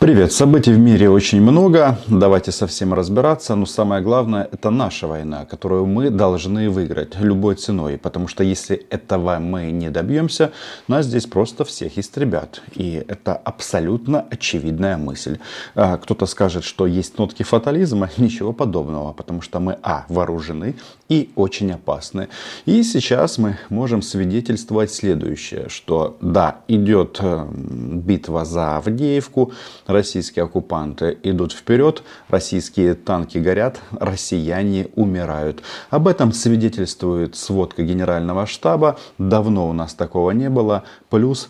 Привет! Событий в мире очень много, давайте со всем разбираться, но самое главное это наша война, которую мы должны выиграть любой ценой, потому что если этого мы не добьемся, нас здесь просто всех истребят, и это абсолютно очевидная мысль. Кто-то скажет, что есть нотки фатализма, ничего подобного, потому что мы вооружены и очень опасны. И сейчас мы можем свидетельствовать следующее, что да, идет битва за Авдеевку, российские оккупанты идут вперед, российские танки горят, россияне умирают. Об этом свидетельствует сводка Генерального штаба. Давно у нас такого не было. Плюс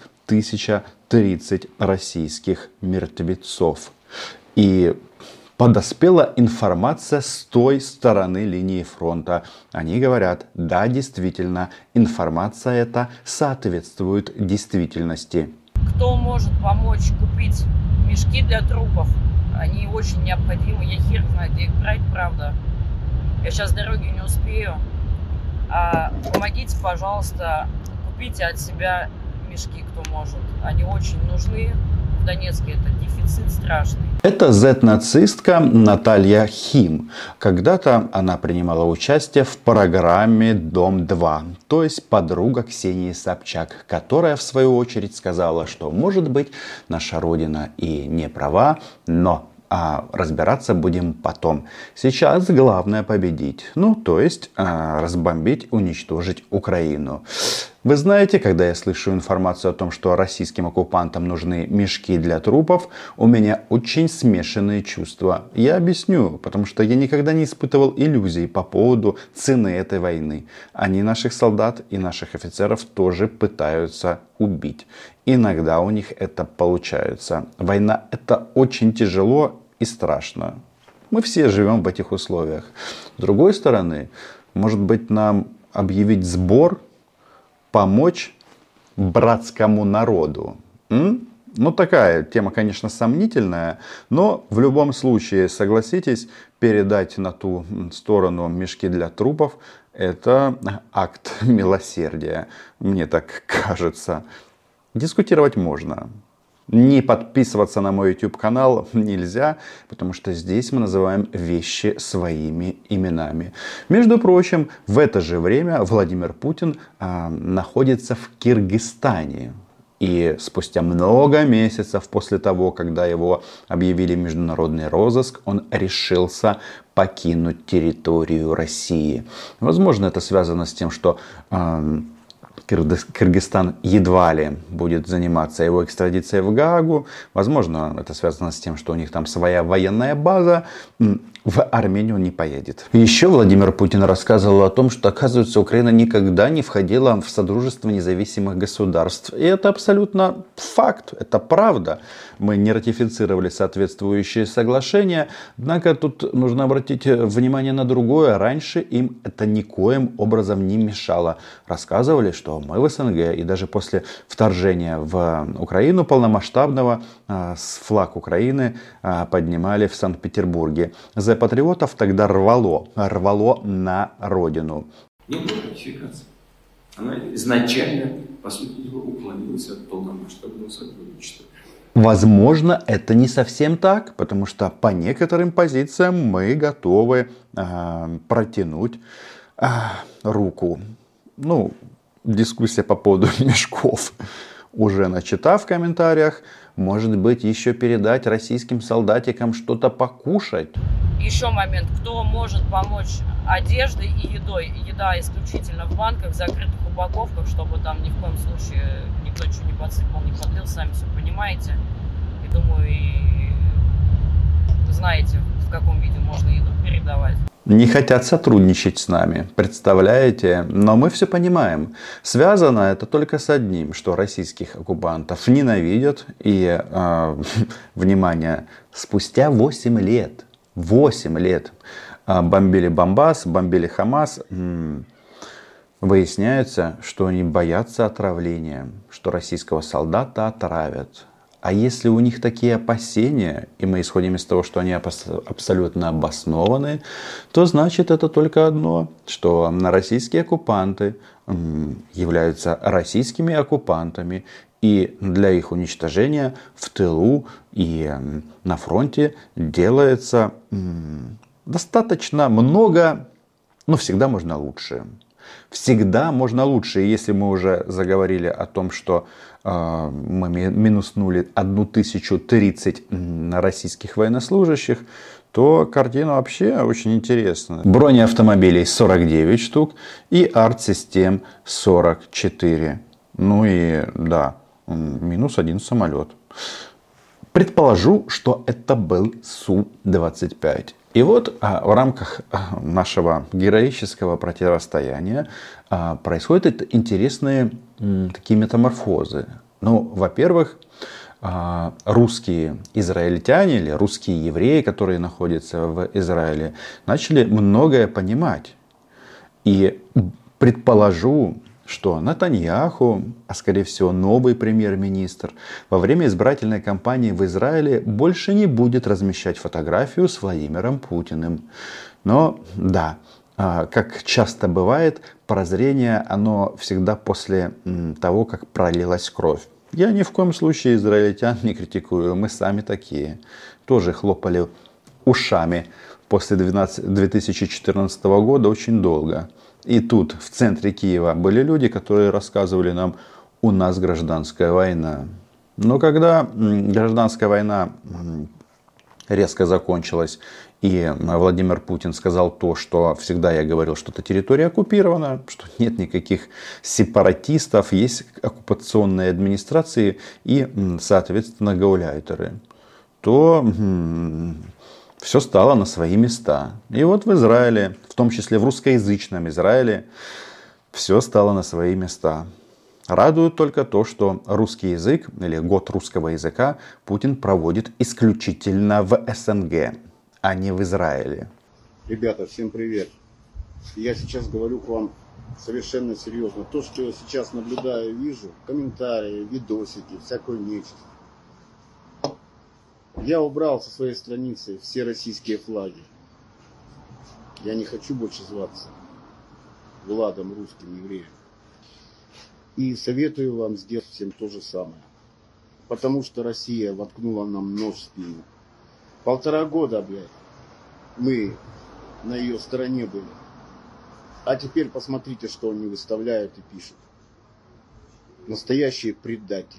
1030 российских мертвецов. И подоспела информация с той стороны линии фронта. Они говорят, да, действительно, информация эта соответствует действительности. Кто может помочь купить мешки для трупов? Они очень необходимы. Я хер знаю, где их брать, правда. Я сейчас с дороги не успею. Помогите, пожалуйста, купите от себя мешки, кто может. Они очень нужны. В Донецке это дефицит страшный. Это Z-нацистка Наталья Хим. Когда-то она принимала участие в программе «Дом-2», то есть подруга Ксении Собчак, которая в свою очередь сказала, что может быть наша Родина и не права, но разбираться будем потом. Сейчас главное победить. То есть разбомбить, уничтожить Украину. Вы знаете, когда я слышу информацию о том, что российским оккупантам нужны мешки для трупов, у меня очень смешанные чувства. Я объясню, потому что я никогда не испытывал иллюзий по поводу цены этой войны. Они наших солдат и наших офицеров тоже пытаются убить. Иногда у них это получается. Война — это очень тяжело и страшно. Мы все живем в этих условиях. С другой стороны, может быть, нам объявить сбор, помочь братскому народу. Такая тема, конечно, сомнительная, но в любом случае, согласитесь, передать на ту сторону мешки для трупов — это акт милосердия. Мне так кажется. Дискутировать можно. Не подписываться на мой YouTube канал нельзя, потому что здесь мы называем вещи своими именами. Между прочим, в это же время Владимир Путин находится в Кыргызстане. И спустя много месяцев после того, когда его объявили в международный розыск, он решился покинуть территорию России. Возможно, это связано с тем, что Кыргызстан едва ли будет заниматься его экстрадицией в Гаагу. Возможно, это связано с тем, что у них там своя военная база. В Армению он не поедет. Еще Владимир Путин рассказывал о том, что, оказывается, Украина никогда не входила в Содружество независимых государств. И это абсолютно факт, это правда. Мы не ратифицировали соответствующие соглашения. Однако тут нужно обратить внимание на другое. Раньше им это никоим образом не мешало. Рассказывали, что мы в СНГ, и даже после вторжения в Украину полномасштабного флаг Украины поднимали в Санкт-Петербурге. За патриотов тогда рвало на родину. Не было ратификации. Она изначально, по сути дела, уклонилась от полномасштабного сотрудничества. Возможно, это не совсем так, потому что по некоторым позициям мы готовы протянуть руку. Дискуссия по поводу мешков уже начата в комментариях. Может быть, еще передать российским солдатикам что-то покушать. Еще момент. Кто может помочь одеждой и едой? Еда исключительно в банках, закрытых упаковках, чтобы там ни в коем случае никто ничего не подсыпал, не подлил. Сами все понимаете. И думаю, знаете, в каком виде можно еду передавать. Не хотят сотрудничать с нами, представляете? Но мы все понимаем. Связано это только с одним, что российских оккупантов ненавидят. И, внимание, спустя 8 лет бомбили Бомбас, бомбили Хамас, выясняется, что они боятся отравления, что российского солдата отравят. А если у них такие опасения, и мы исходим из того, что они абсолютно обоснованы, то значит это только одно, что российские оккупанты являются российскими оккупантами И для их уничтожения в тылу и на фронте делается достаточно много, но всегда можно лучше. Всегда можно лучше. И если мы уже заговорили о том, что мы минуснули 1030 российских военнослужащих, то картина вообще очень интересная. Бронеавтомобилей 49 штук и арт-систем 44. Ну и да, минус один самолет. Предположу, что это был Су-25. И вот в рамках нашего героического противостояния происходят интересные такие метаморфозы. Ну, во-первых, русские израильтяне или русские евреи, которые находятся в Израиле, начали многое понимать. И предположу, что Нетаньяху, а скорее всего новый премьер-министр, во время избирательной кампании в Израиле больше не будет размещать фотографию с Владимиром Путиным. Но да, как часто бывает, прозрение оно всегда после того, как пролилась кровь. Я ни в коем случае израильтян не критикую, мы сами такие. Тоже хлопали ушами после 2014 года очень долго. И тут в центре Киева были люди, которые рассказывали нам: у нас гражданская война. Но когда гражданская война резко закончилась, и Владимир Путин сказал то, что всегда я говорил, что эта территория оккупирована, что нет никаких сепаратистов, есть оккупационные администрации и, соответственно, гауляйтеры, то все стало на свои места. И вот в Израиле, в том числе в русскоязычном Израиле, все стало на свои места. Радует только то, что русский язык или год русского языка Путин проводит исключительно в СНГ, а не в Израиле. Ребята, всем привет. Я сейчас говорю к вам совершенно серьезно. То, что я сейчас наблюдаю, вижу, комментарии, видосики, всякую нечисть. Я убрал со своей страницы все российские флаги. Я не хочу больше зваться Владом русским евреем. И советую вам сделать всем то же самое. Потому что Россия воткнула нам нож в спину. 1,5 года, блядь, мы на ее стороне были. А теперь посмотрите, что они выставляют и пишут. Настоящие предатели.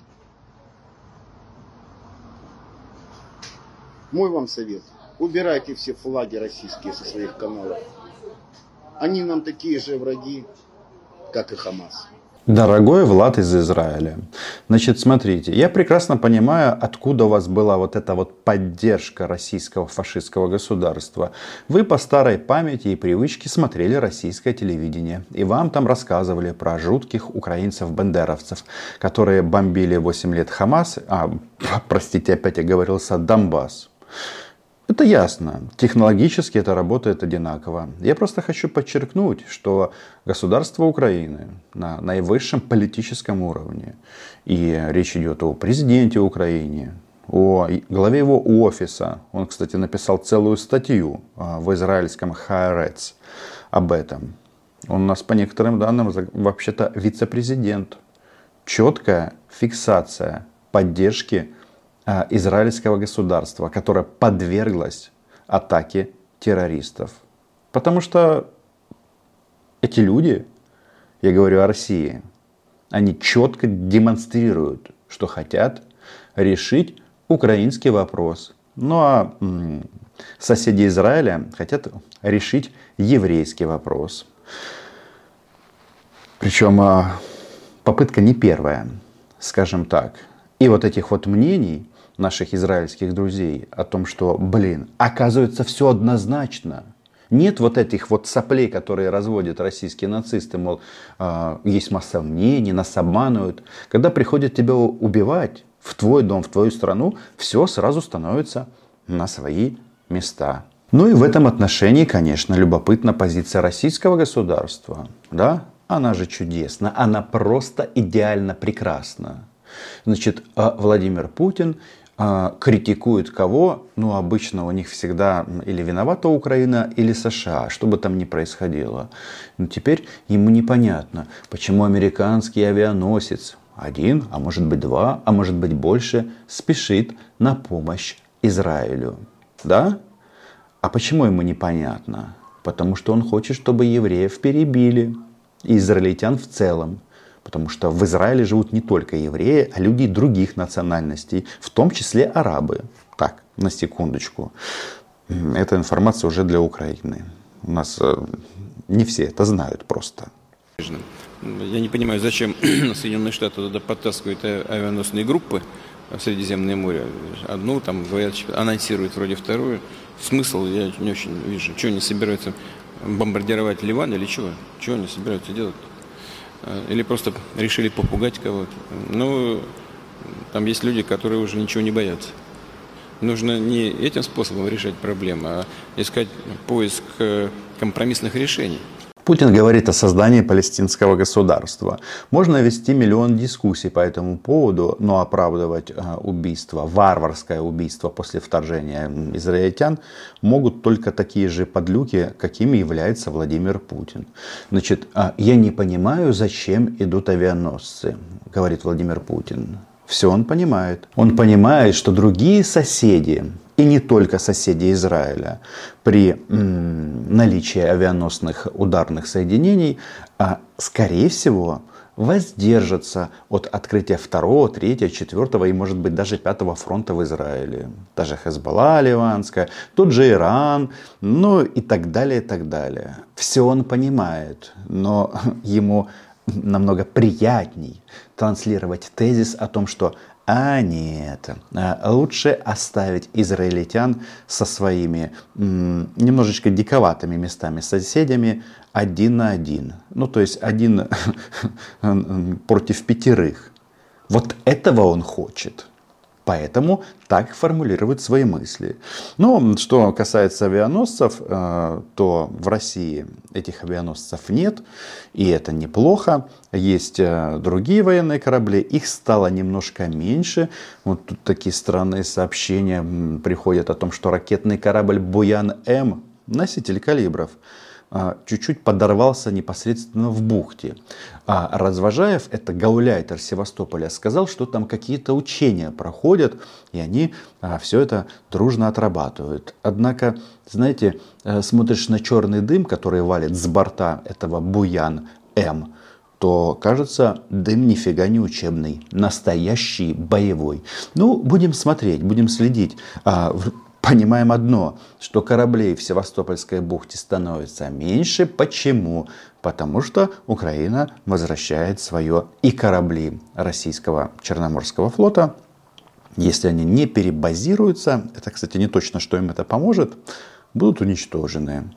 Мой вам совет. Убирайте все флаги российские со своих каналов. Они нам такие же враги, как и Хамас. Дорогой Влад из Израиля, значит, смотрите, я прекрасно понимаю, откуда у вас была вот эта вот поддержка российского фашистского государства. Вы по старой памяти и привычке смотрели российское телевидение, и вам там рассказывали про жутких украинцев-бендеровцев, которые бомбили 8 лет Хамас, простите, опять оговорился, Донбасс. Это ясно. Технологически это работает одинаково. Я просто хочу подчеркнуть, что государство Украины на наивысшем политическом уровне, и речь идет о президенте Украины, о главе его офиса. Он, кстати, написал целую статью в израильском Haaretz об этом. Он у нас, по некоторым данным, вообще-то вице-президент. Четкая фиксация поддержки израильского государства, которое подверглось атаке террористов. Потому что эти люди, я говорю о России, они четко демонстрируют, что хотят решить украинский вопрос. Ну а соседи Израиля хотят решить еврейский вопрос. Причем попытка не первая, скажем так. И вот этих вот мнений наших израильских друзей о том, что, оказывается, все однозначно. Нет вот этих вот соплей, которые разводят российские нацисты, мол, есть масса мнений, нас обманывают. Когда приходят тебя убивать в твой дом, в твою страну, все сразу становится на свои места. Ну и в этом отношении, конечно, любопытна позиция российского государства. Да? Она же чудесна, она просто идеально прекрасна. Значит, Владимир Путин критикует кого? Ну, обычно у них всегда или виновата Украина, или США, что бы там ни происходило. Но теперь ему непонятно, почему американский авианосец один, а может быть два, а может быть больше, спешит на помощь Израилю. Да? А почему ему непонятно? Потому что он хочет, чтобы евреев перебили. И израильтян в целом. Потому что в Израиле живут не только евреи, а люди других национальностей, в том числе арабы. Так, на секундочку. Эта информация уже для Украины. У нас не все это знают просто. Я не понимаю, зачем Соединенные Штаты туда подтаскивают авианосные группы в Средиземное море. Одну, там, говорят, анонсируют вроде вторую. Смысл я не очень вижу. Что они собираются бомбардировать Ливан или чего? Чего они собираются делать? Или просто решили попугать кого-то? Ну, там есть люди, которые уже ничего не боятся. Нужно не этим способом решать проблемы, а искать поиск компромиссных решений. Путин говорит о создании палестинского государства. Можно вести миллион дискуссий по этому поводу, но оправдывать убийство, варварское убийство после вторжения израильтян могут только такие же подлюки, какими является Владимир Путин. Значит, я не понимаю, зачем идут авианосцы, говорит Владимир Путин. Все он понимает. Он понимает, что другие соседи, и не только соседи Израиля, при наличии авианосных ударных соединений, скорее всего, воздержатся от открытия второго, третьего, четвертого и, может быть, даже пятого фронта в Израиле. Даже Хезболла ливанская, тот же Иран, ну и так далее, и так далее. Все он понимает, но ему намного приятней транслировать тезис о том, что нет, лучше оставить израильтян со своими немножечко диковатыми местами, соседями один на один. Ну, то есть один против пятерых. Вот этого он хочет. Поэтому так формулирует свои мысли. Но что касается авианосцев, то в России этих авианосцев нет. И это неплохо. Есть другие военные корабли. Их стало немножко меньше. Вот тут такие странные сообщения приходят о том, что ракетный корабль «Буян-М», носитель калибров, чуть-чуть подорвался непосредственно в бухте. А Развожаев, это гауляйтер Севастополя, сказал, что там какие-то учения проходят, и они все это дружно отрабатывают. Однако, знаете, смотришь на черный дым, который валит с борта этого Буян-М, то кажется, дым нифига не учебный, настоящий боевой. Ну, будем смотреть, будем следить. Понимаем одно, что кораблей в Севастопольской бухте становится меньше. Почему? Потому что Украина возвращает свое и корабли российского Черноморского флота. Если они не перебазируются, это, кстати, не точно, что им это поможет, будут уничтожены.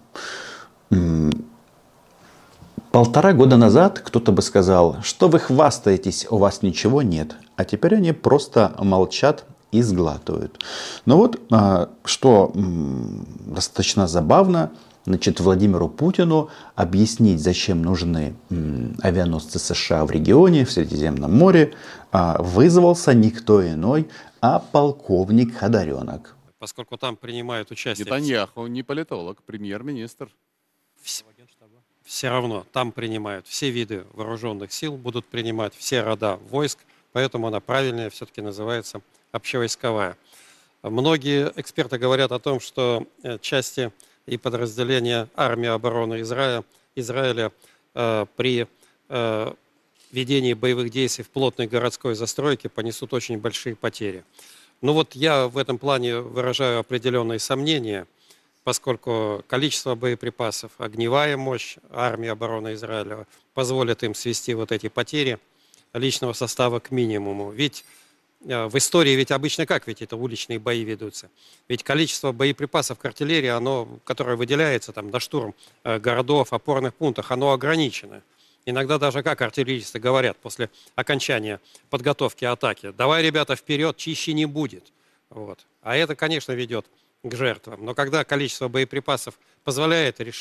1,5 года назад кто-то бы сказал, что вы хвастаетесь, у вас ничего нет. А теперь они просто молчат и сглатывают. Но вот, что достаточно забавно, значит, Владимиру Путину объяснить, зачем нужны авианосцы США в регионе, в Средиземном море, вызвался никто иной, а полковник Ходоренок. Поскольку там принимают участие... Нетаньяху не политолог, премьер-министр. Все равно там принимают все виды вооруженных сил, будут принимать все рода войск, поэтому она правильная все-таки называется общевойсковая. Многие эксперты говорят о том, что части и подразделения армии обороны Израиля при ведении боевых действий в плотной городской застройке понесут очень большие потери. Ну вот я в этом плане выражаю определенные сомнения, поскольку количество боеприпасов, огневая мощь армии обороны Израиля позволит им свести вот эти потери личного состава к минимуму. Ведь в истории ведь обычно как ведь это уличные бои ведутся? Ведь количество боеприпасов к артиллерии, которое выделяется там, на штурм городов, опорных пунктов, оно ограничено. Иногда даже как артиллеристы говорят после окончания подготовки атаки: давай, ребята, вперед, чище не будет. Вот. А это, конечно, ведет к жертвам. Но когда количество боеприпасов позволяет решить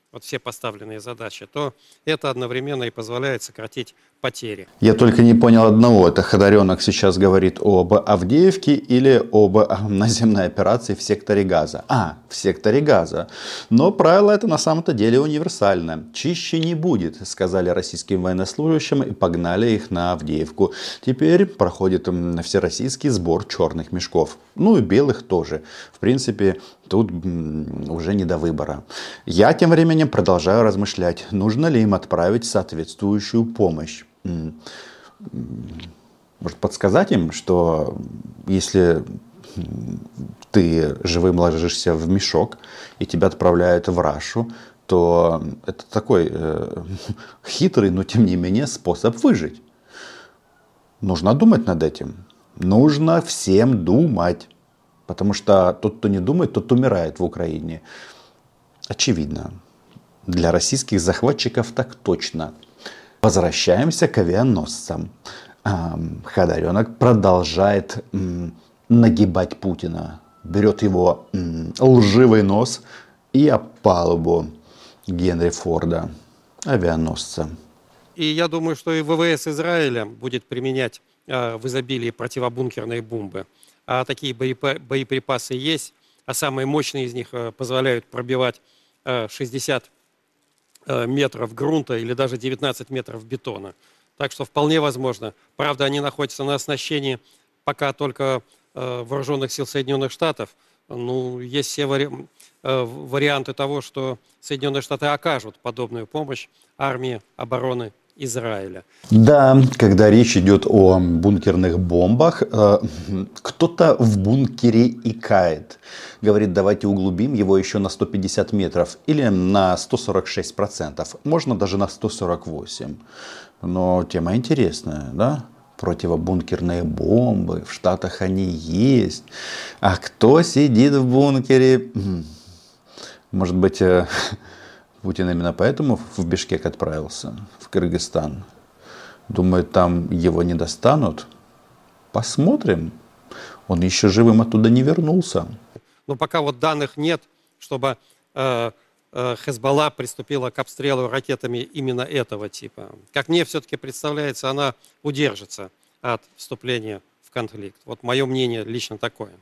вот все поставленные задачи, то это одновременно и позволяет сократить потери. Я только не понял одного. Это Ходоренок сейчас говорит об Авдеевке или об наземной операции в секторе Газа? В секторе Газа. Но правило это на самом-то деле универсально. Чище не будет, сказали российским военнослужащим и погнали их на Авдеевку. Теперь проходит всероссийский сбор черных мешков. Ну и белых тоже. В принципе, тут уже не до выбора. Я тем временем продолжаю размышлять, нужно ли им отправить соответствующую помощь. Может подсказать им, что если ты живым ложишься в мешок и тебя отправляют в Рашу, то это такой хитрый, но тем не менее способ выжить. Нужно думать над этим. Нужно всем думать. Потому что тот, кто не думает, тот умирает в Украине. Очевидно. Для российских захватчиков так точно. Возвращаемся к авианосцам. Ходоренок продолжает нагибать Путина. Берет его лживый нос и об палубу Генри Форда, авианосца. И я думаю, что и ВВС Израиля будет применять в изобилии противобункерные бомбы. А такие боеприпасы есть, а самые мощные из них позволяют пробивать 60 метров грунта или даже 19 метров бетона. Так что вполне возможно. Правда, они находятся на оснащении пока только вооруженных сил Соединенных Штатов. Ну, есть все варианты того, что Соединенные Штаты окажут подобную помощь армии обороны Израиля. Да, когда речь идет о бункерных бомбах, кто-то в бункере икает. Говорит, давайте углубим его еще на 150 метров или на 146%. Можно даже на 148. Но тема интересная, да? Противобункерные бомбы, в Штатах они есть. А кто сидит в бункере? Может быть, Путин именно поэтому в Бишкек отправился, в Кыргызстан. Думает, там его не достанут. Посмотрим. Он еще живым оттуда не вернулся. Но пока вот данных нет, чтобы Хезболла приступила к обстрелу ракетами именно этого типа. Как мне все-таки представляется, она удержится от вступления в конфликт. Вот мое мнение лично такое.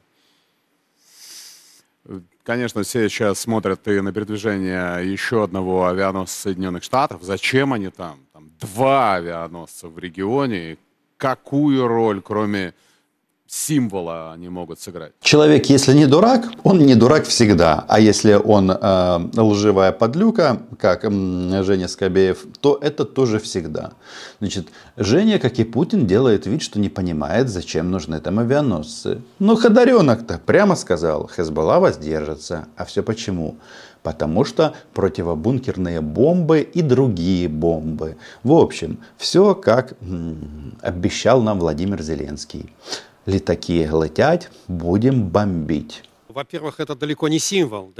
Конечно, все сейчас смотрят и на передвижение еще одного авианосца Соединенных Штатов. Зачем они там? Там 2 авианосца в регионе. Какую роль, кроме символа, они могут сыграть? Человек, если не дурак, он не дурак всегда. А если он лживая подлюка, как Женя Скобеев, то это тоже всегда. Значит, Женя, как и Путин, делает вид, что не понимает, зачем нужны там авианосцы. Но Ходоренок-то прямо сказал, Хезболла воздержится. А все почему? Потому что противобункерные бомбы и другие бомбы. В общем, все как обещал нам Владимир Зеленский. Летаки летят, будем бомбить. Во-первых, это далеко не символ,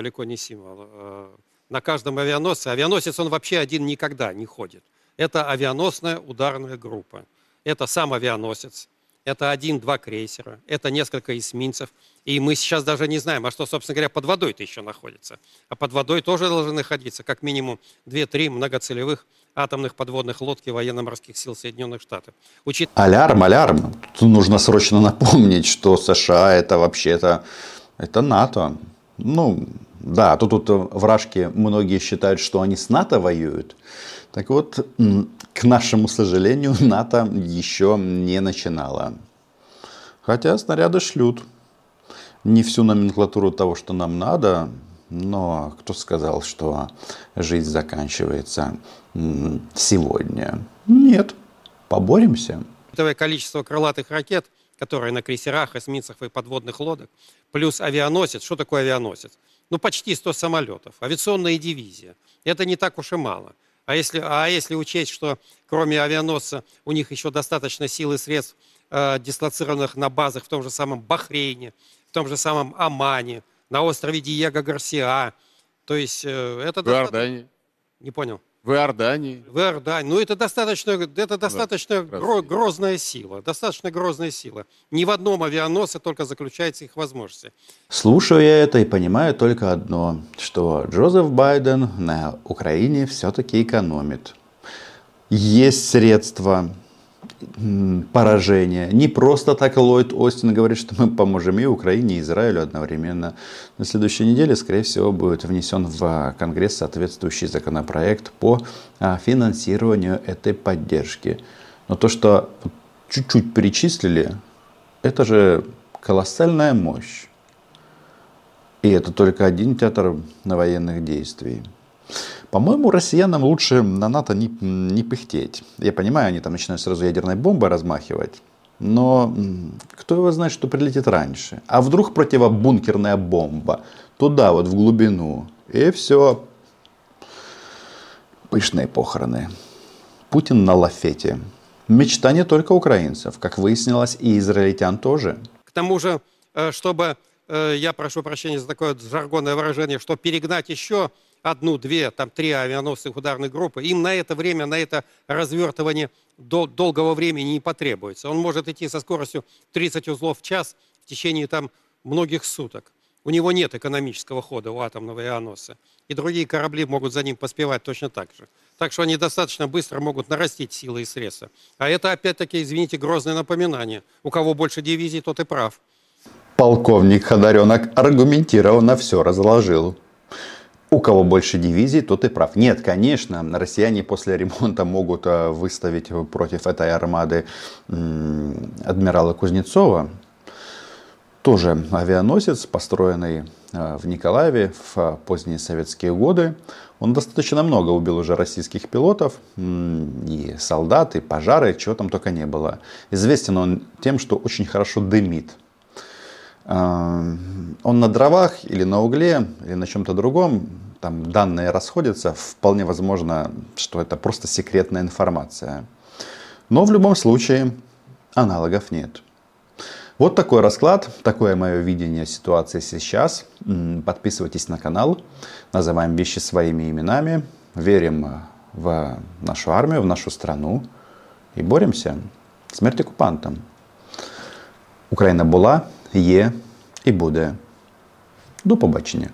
На каждом авианосце, авианосец он вообще один никогда не ходит. Это авианосная ударная группа. Это сам авианосец, это 1-2 крейсера, это несколько эсминцев. И мы сейчас даже не знаем, а что, собственно говоря, под водой-то еще находится. А под водой тоже должны находиться как минимум 2-3 многоцелевых атомных подводных лодки военно-морских сил Соединенных Штатов. Алярм. Тут нужно срочно напомнить, что США это вообще-то это НАТО. Ну, да, тут вражки многие считают, что они с НАТО воюют. Так вот, к нашему сожалению, НАТО еще не начинало. Хотя снаряды шлют. Не всю номенклатуру того, что нам надо, но кто сказал, что жизнь заканчивается сегодня? Нет, поборемся. Количество крылатых ракет, которые на крейсерах, эсминцах и подводных лодок, плюс авианосец. Что такое авианосец? Ну, почти 100 самолетов. Авиационная дивизия. Это не так уж и мало. А если учесть, что кроме авианосца у них еще достаточно сил и средств, дислоцированных на базах в том же самом Бахрейне, в том же самом Омане, на острове Диего Гарсиа. То есть это... В Иордании. Не понял. В В Иордании. В Иордании. Ну, это достаточно грозная сила. Достаточно грозная сила. Ни в одном авианосце только заключается их возможности. Слушаю я это и понимаю только одно, что Джозеф Байден на Украине все-таки экономит. Есть средства поражения. Не просто так Ллойд Остин говорит, что мы поможем и Украине, и Израилю одновременно. На следующей неделе, скорее всего, будет внесен в Конгресс соответствующий законопроект по финансированию этой поддержки. Но то, что чуть-чуть перечислили, это же колоссальная мощь. И это только один театр военных действий. По-моему, россиянам лучше на НАТО не пыхтеть. Я понимаю, они там начинают сразу ядерной бомбой размахивать. Но кто его знает, что прилетит раньше. А вдруг противобункерная бомба туда вот в глубину. И все. Пышные похороны. Путин на лафете. Мечта не только украинцев. Как выяснилось, и израильтян тоже. К тому же, чтобы, я прошу прощения за такое жаргонное выражение, чтобы перегнать еще 1, 2, 3 авианосных ударных группы, им на это время, на это развертывание долгого времени не потребуется. Он может идти со скоростью 30 узлов в час в течение многих суток. У него нет экономического хода у атомного авианосца. И другие корабли могут за ним поспевать точно так же. Так что они достаточно быстро могут нарастить силы и средства. А это опять-таки, извините, грозное напоминание. У кого больше дивизий, тот и прав. Полковник Ходоренок аргументированно все разложил. У кого больше дивизий, тот и прав. Нет, конечно, россияне после ремонта могут выставить против этой армады адмирала Кузнецова. Тоже авианосец, построенный в Николаеве в поздние советские годы. Он достаточно много убил уже российских пилотов, и солдат, и пожары, чего там только не было. Известен он тем, что очень хорошо дымит. Он на дровах или на угле, или на чем-то другом, там данные расходятся, вполне возможно, что это просто секретная информация. Но в любом случае аналогов нет. Вот такой расклад, такое мое видение ситуации сейчас. Подписывайтесь на канал, называем вещи своими именами, верим в нашу армию, в нашу страну і боремося. Смерть окупантам. Україна була, є і буде. До побачення.